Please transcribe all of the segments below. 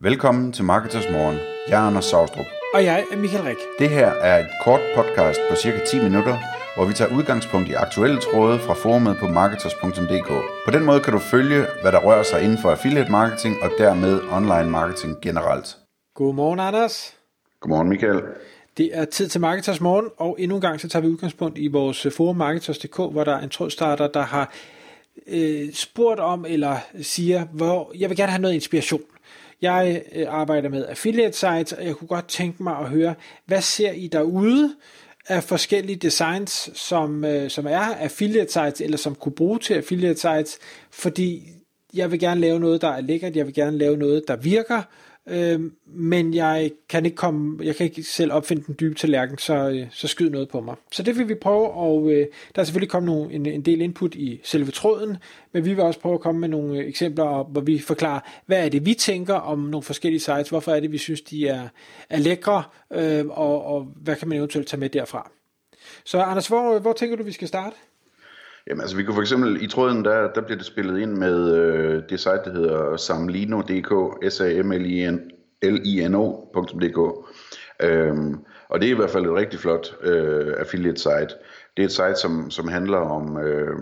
Velkommen til Marketers Morgen. Jeg er Anders Saustrup. Og jeg er Michael Rik. Det her er et kort podcast på cirka 10 minutter, hvor vi tager udgangspunkt i aktuelle tråde fra forumet på marketers.dk. På den måde kan du følge, hvad der rører sig inden for affiliate marketing og dermed online marketing generelt. Godmorgen, Anders. Godmorgen, Michael. Det er tid til Marketers Morgen, og endnu en gang så tager vi udgangspunkt i vores forum Marketers.dk, hvor der er en trådstarter, der har spurgt om eller siger, hvor jeg vil gerne have noget inspiration. Jeg arbejder med affiliate sites, og jeg kunne godt tænke mig at høre, hvad ser I derude af forskellige designs, som er affiliate sites, eller som kunne bruge til affiliate sites, fordi jeg vil gerne lave noget, der er lækkert, jeg vil gerne lave noget, der virker, men jeg kan ikke selv opfinde den dybe tallerken, så skyd noget på mig. Så det vil vi prøve, og der er selvfølgelig kommet en del input i selve tråden, men vi vil også prøve at komme med nogle eksempler, hvor vi forklarer, hvad er det, vi tænker om nogle forskellige sites, hvorfor er det, vi synes, de er lækre, og hvad kan man eventuelt tage med derfra. Så Anders, hvor tænker du, vi skal starte? Jamen altså vi kunne for eksempel i tråden der bliver det spillet ind med det site der hedder samlino.dk, samlino.dk, og det er i hvert fald et rigtig flot affiliate site. Det er et site som handler om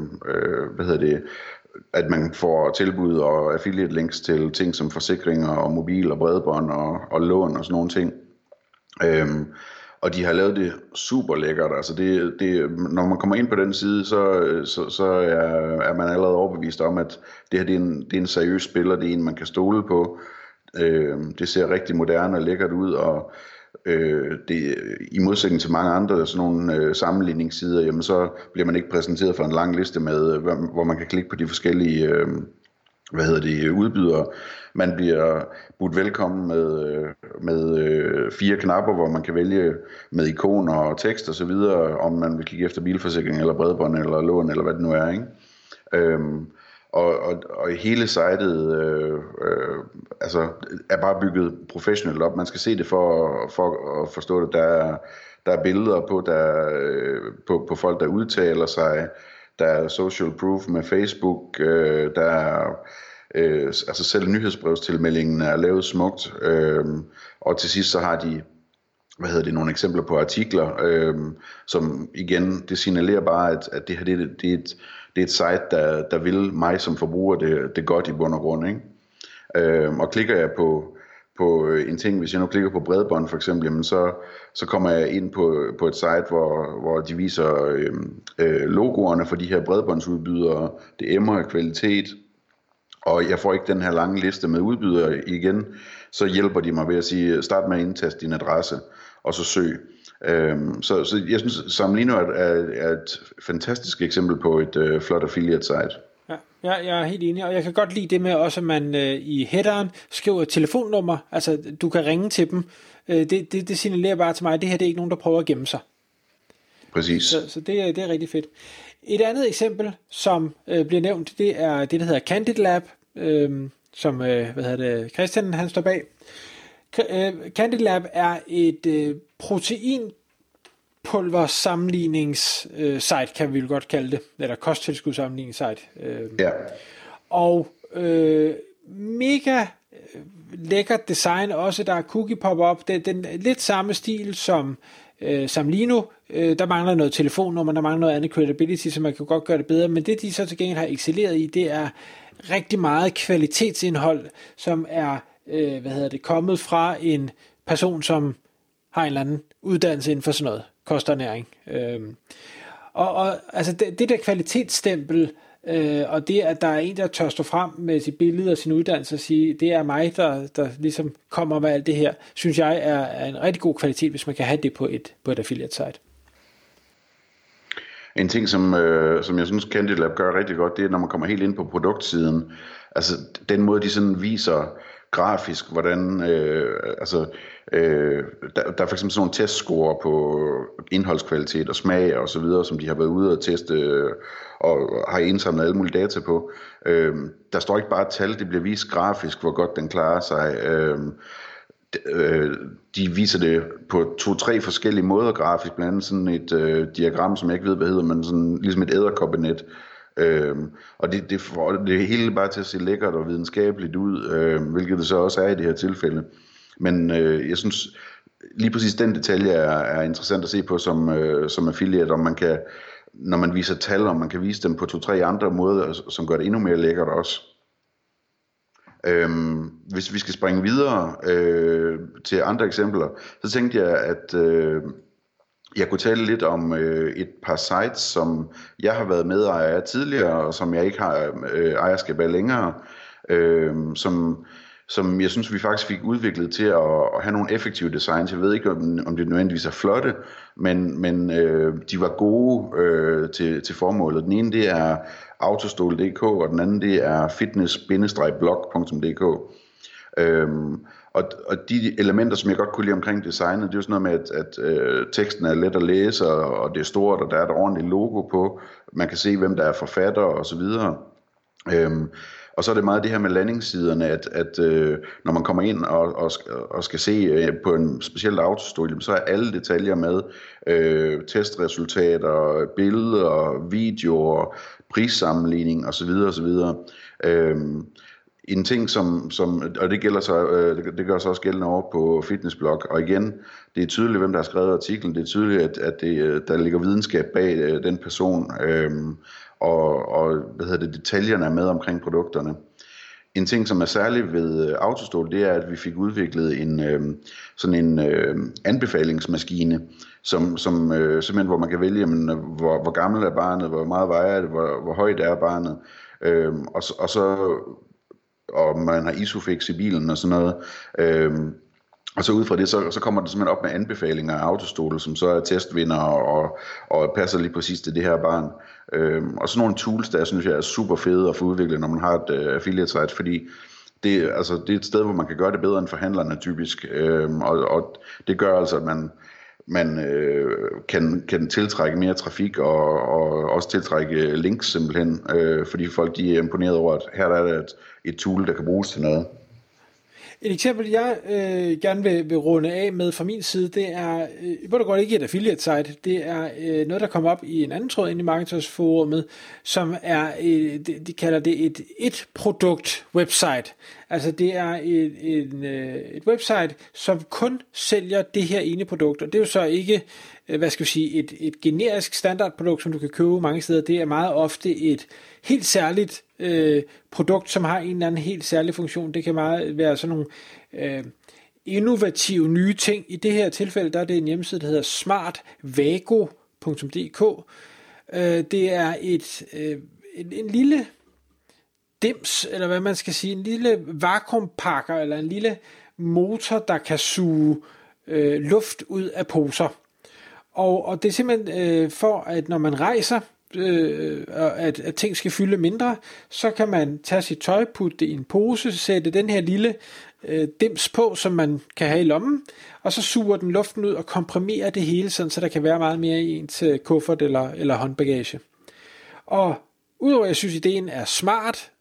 at man får tilbud og affiliate links til ting som forsikringer og mobil og bredbånd og lån og sådan nogle ting. Og de har lavet det super lækkert. Altså det, når man kommer ind på den side, så er man allerede overbevist om, at det her det er en seriøs spiller. Det er en, man kan stole på. Det ser rigtig moderne og lækkert ud, og det, i modsætning til mange andre sådan nogle sammenligningssider, jamen så bliver man ikke præsenteret for en lang liste med, hvor man kan klikke på de forskellige udbydere. Man bliver budt velkommen med 4 knapper, hvor man kan vælge med ikoner og tekst og så videre, om man vil kigge efter bilforsikring eller bredbånd eller lån eller hvad det nu er, ikke? Og hele sitet er bare bygget professionelt op. Man skal se det for at forstå det. Der er billeder på folk, der udtaler sig. Der er social proof med Facebook. Der er altså selv nyhedsbrevstilmeldingen er lavet smukt. Og til sidst så har de nogle eksempler på artikler, som igen, det signalerer bare, at det her det er et site, der vil mig som forbruger det godt i bund og grund, ikke? Og klikker jeg på en ting, hvis jeg nu klikker på bredbånd for eksempel, jamen så kommer jeg ind på et site, hvor de viser logoerne for de her bredbåndsudbydere. Det emmer af kvalitet, og jeg får ikke den her lange liste med udbydere igen. Så hjælper de mig ved at sige, start med at indtaste din adresse, og så søg. Så jeg synes, Samlino er et fantastisk eksempel på et flot affiliate site. Ja, jeg er helt enig, og jeg kan godt lide det med også, at man i headeren skriver et telefonnummer, altså du kan ringe til dem. Det signalerer bare til mig, at det her det er ikke nogen, der prøver at gemme sig. Præcis. Så det er rigtig fedt. Et andet eksempel, som bliver nævnt, det er det, der hedder Candid Lab, som Christian han står bag. Candid Lab er et proteinpulversammenligningssite, kan vi vel godt kalde det, eller kosttilskudssammenligningssite. Ja. Og mega lækkert design også, der er cookie pop-up, den lidt samme stil som Samlino. Der mangler noget telefonnummer, der mangler noget andet credibility, så man kan godt gøre det bedre, men det de så til gengæld har excelleret i, det er rigtig meget kvalitetsindhold, som er kommet fra en person, som har en eller anden uddannelse inden for sådan noget, kosternæring. Og altså det der kvalitetsstempel, og det at der er en, der tør stå frem med sit billede og sin uddannelse og sige, det er mig, der ligesom kommer med alt det her, synes jeg er en rigtig god kvalitet, hvis man kan have det på et affiliate site. En ting, som jeg synes Candid Lab gør rigtig godt, det er, når man kommer helt ind på produktsiden. Altså den måde, de sådan viser grafisk, hvordan der er for eksempel sådan nogle testscore på indholdskvalitet og smag og så videre, som de har været ude og teste og har indsamlet alle mulige data på. Der står ikke bare et tal, det bliver vist grafisk, hvor godt den klarer sig. De viser det på 2-3 forskellige måder grafisk, blandt andet sådan et diagram, som jeg ikke ved, hvad hedder, men sådan ligesom et edderkoppenet, Og det får det hele bare til at se lækkert og videnskabeligt ud, hvilket det så også er i det her tilfælde. Men jeg synes lige præcis den detalje er interessant at se på som affiliate, om man kan, når man viser tal, om man kan vise dem på 2-3 andre måder, som gør det endnu mere lækkert også. Hvis vi skal springe videre til andre eksempler, så tænkte jeg, at jeg kunne tale lidt om et par sites, som jeg har været medejer af tidligere, og som jeg ikke har ejerskab af længere, som jeg synes, vi faktisk fik udviklet til at have nogle effektive designs. Jeg ved ikke, om det nødvendigvis er flotte, men de var gode til formålet. Den ene, det er autostol.dk, og den anden, det er fitness-blog.dk. Og de elementer, som jeg godt kunne lide omkring designet, det er jo sådan noget med, at teksten er let at læse, og det er stort, og der er et ordentligt logo på. Man kan se, hvem der er forfatter og så videre. Og så er det meget det her med landingssiderne, at når man kommer ind og skal se på en speciel autostol, så er alle detaljer med, testresultater, billeder, videoer, prissammenligning osv. En ting, som og det gælder så, det gør så også gældende over på Fitnessblog, og igen, det er tydeligt, hvem der har skrevet artiklen, det er tydeligt, at der ligger videnskab bag den person, og detaljerne er med omkring produkterne. En ting, som er særlig ved Autostol, det er, at vi fik udviklet sådan en anbefalingsmaskine, som simpelthen, hvor man kan vælge, hvor gammel er barnet, hvor meget vejer det, hvor højt er barnet, og man har Isofix i bilen og sådan noget. Og så ud fra det, så kommer det simpelthen op med anbefalinger af Autostol, som så er testvinder og passer lige præcis til det her barn. Og sådan nogle tools, der synes jeg er super fede at få udviklet, når man har et affiliate site, fordi det er et sted, hvor man kan gøre det bedre end forhandlerne typisk. Og det gør altså, at man kan tiltrække mere trafik og også tiltrække links simpelthen, fordi folk de er imponeret over, at her er der et tool, der kan bruges til noget. Et eksempel, jeg gerne vil runde af med fra min side, det er, hvor der går ikke et affiliate site, det er noget, der kommer op i en anden tråd inde i Marketers-forumet, som er, de kalder det et produkt website. Altså det er et website, som kun sælger det her ene produkt, og det er jo så ikke, et generisk standardprodukt, som du kan købe mange steder. Det er meget ofte et helt særligt produkt, som har en eller anden helt særlig funktion. Det kan meget være sådan nogle innovative nye ting. I det her tilfælde, der er det en hjemmeside, der hedder smartvago.dk. Det er en lille dims, eller hvad man skal sige, en lille vakuumpakker, eller en lille motor, der kan suge luft ud af poser. Og det er simpelthen for, at når man rejser, at ting skal fylde mindre, så kan man tage sit tøj, putte det i en pose, sætte den her lille dims på, som man kan have i lommen, og så suger den luften ud og komprimerer det hele, sådan, så der kan være meget mere i ens kuffert eller håndbagage. Og udover at jeg synes, ideen er smart,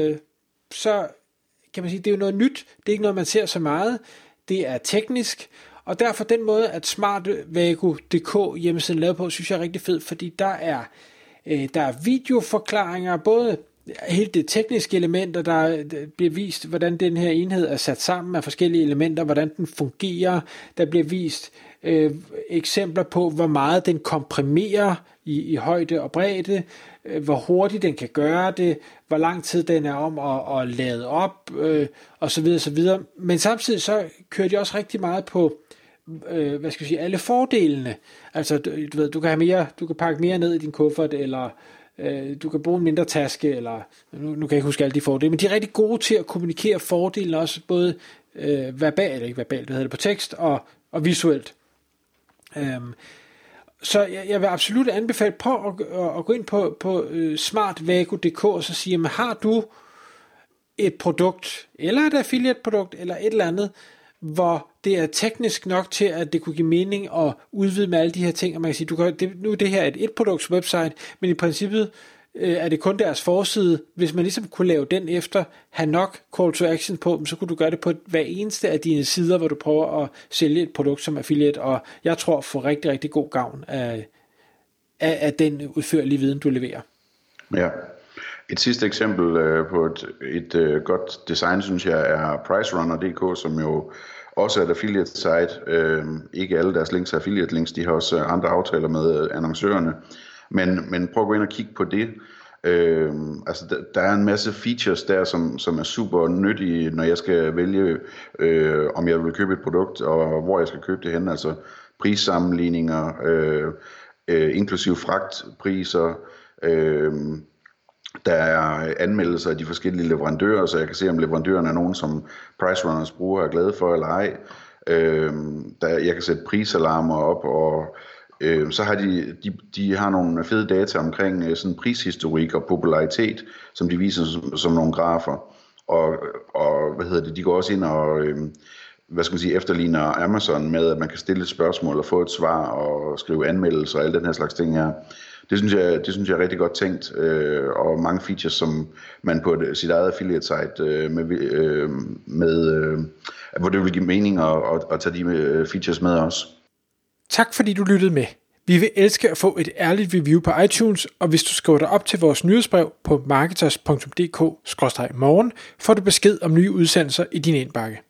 så kan man sige, det er jo noget nyt, det er ikke noget, man ser så meget, det er teknisk, og derfor den måde, at smartvago.dk hjemmesiden lavet på, synes jeg er rigtig fed, fordi der er videoforklaringer, både hele det tekniske elementer, der bliver vist, hvordan den her enhed er sat sammen af forskellige elementer, hvordan den fungerer, der bliver vist eksempler på, hvor meget den komprimerer i højde og bredde, hvor hurtigt den kan gøre det, hvor lang tid den er om at lade op, og så videre, så videre. Men samtidig så kører de også rigtig meget på alle fordelene. Altså du ved, du kan have mere, du kan pakke mere ned i din kuffert, eller du kan bruge en mindre taske, eller nu kan jeg ikke huske alle de fordele, men de er rigtig gode til at kommunikere fordelene også, både verbalt, eller ikke verbalt, hvad hedder det, på tekst og visuelt. Så jeg vil absolut anbefale, prøv at gå ind på smartvago.dk og så sige, jamen, har du et produkt, eller et affiliate produkt, eller et eller andet, hvor det er teknisk nok til, at det kunne give mening at udvide med alle de her ting, og man kan sige, nu er det her et produkts website, men i princippet er det kun deres forside. Hvis man ligesom kunne lave den efter, have nok call to action på dem, så kunne du gøre det på hver eneste af dine sider, hvor du prøver at sælge et produkt som affiliate, og jeg tror får rigtig, rigtig god gavn af den udførlige viden, du leverer. Ja, Et sidste eksempel på et godt design, synes jeg, er PriceRunner.dk, som jo også er et affiliate site. Ikke alle deres links er affiliate links, de har også andre aftaler med annoncørerne. Men prøv at gå ind og kigge på det. Altså der er en masse features der, som er super nyttige, når jeg skal vælge, om jeg vil købe et produkt, og hvor jeg skal købe det hen. Altså prissammenligninger, inklusive fragtpriser. Der er anmeldelser af de forskellige leverandører, så jeg kan se, om leverandøren er nogen, som PriceRunners brugere er glade for eller ej. Jeg kan sætte prisalarmer op, og så har de har nogle fede data omkring sådan prishistorik og popularitet, som de viser som nogle grafer. Og de går også ind og efterligner Amazon med, at man kan stille et spørgsmål og få et svar og skrive anmeldelser og alle den her slags ting her. Det synes jeg er rigtig godt tænkt, og mange features, som man på sit eget affiliate site hvor det vil give mening at tage de features med også. Tak fordi du lyttede med. Vi vil elske at få et ærligt review på iTunes, og hvis du skriver dig op til vores nyhedsbrev på marketers.dk/morgen, får du besked om nye udsendelser i din indbakke.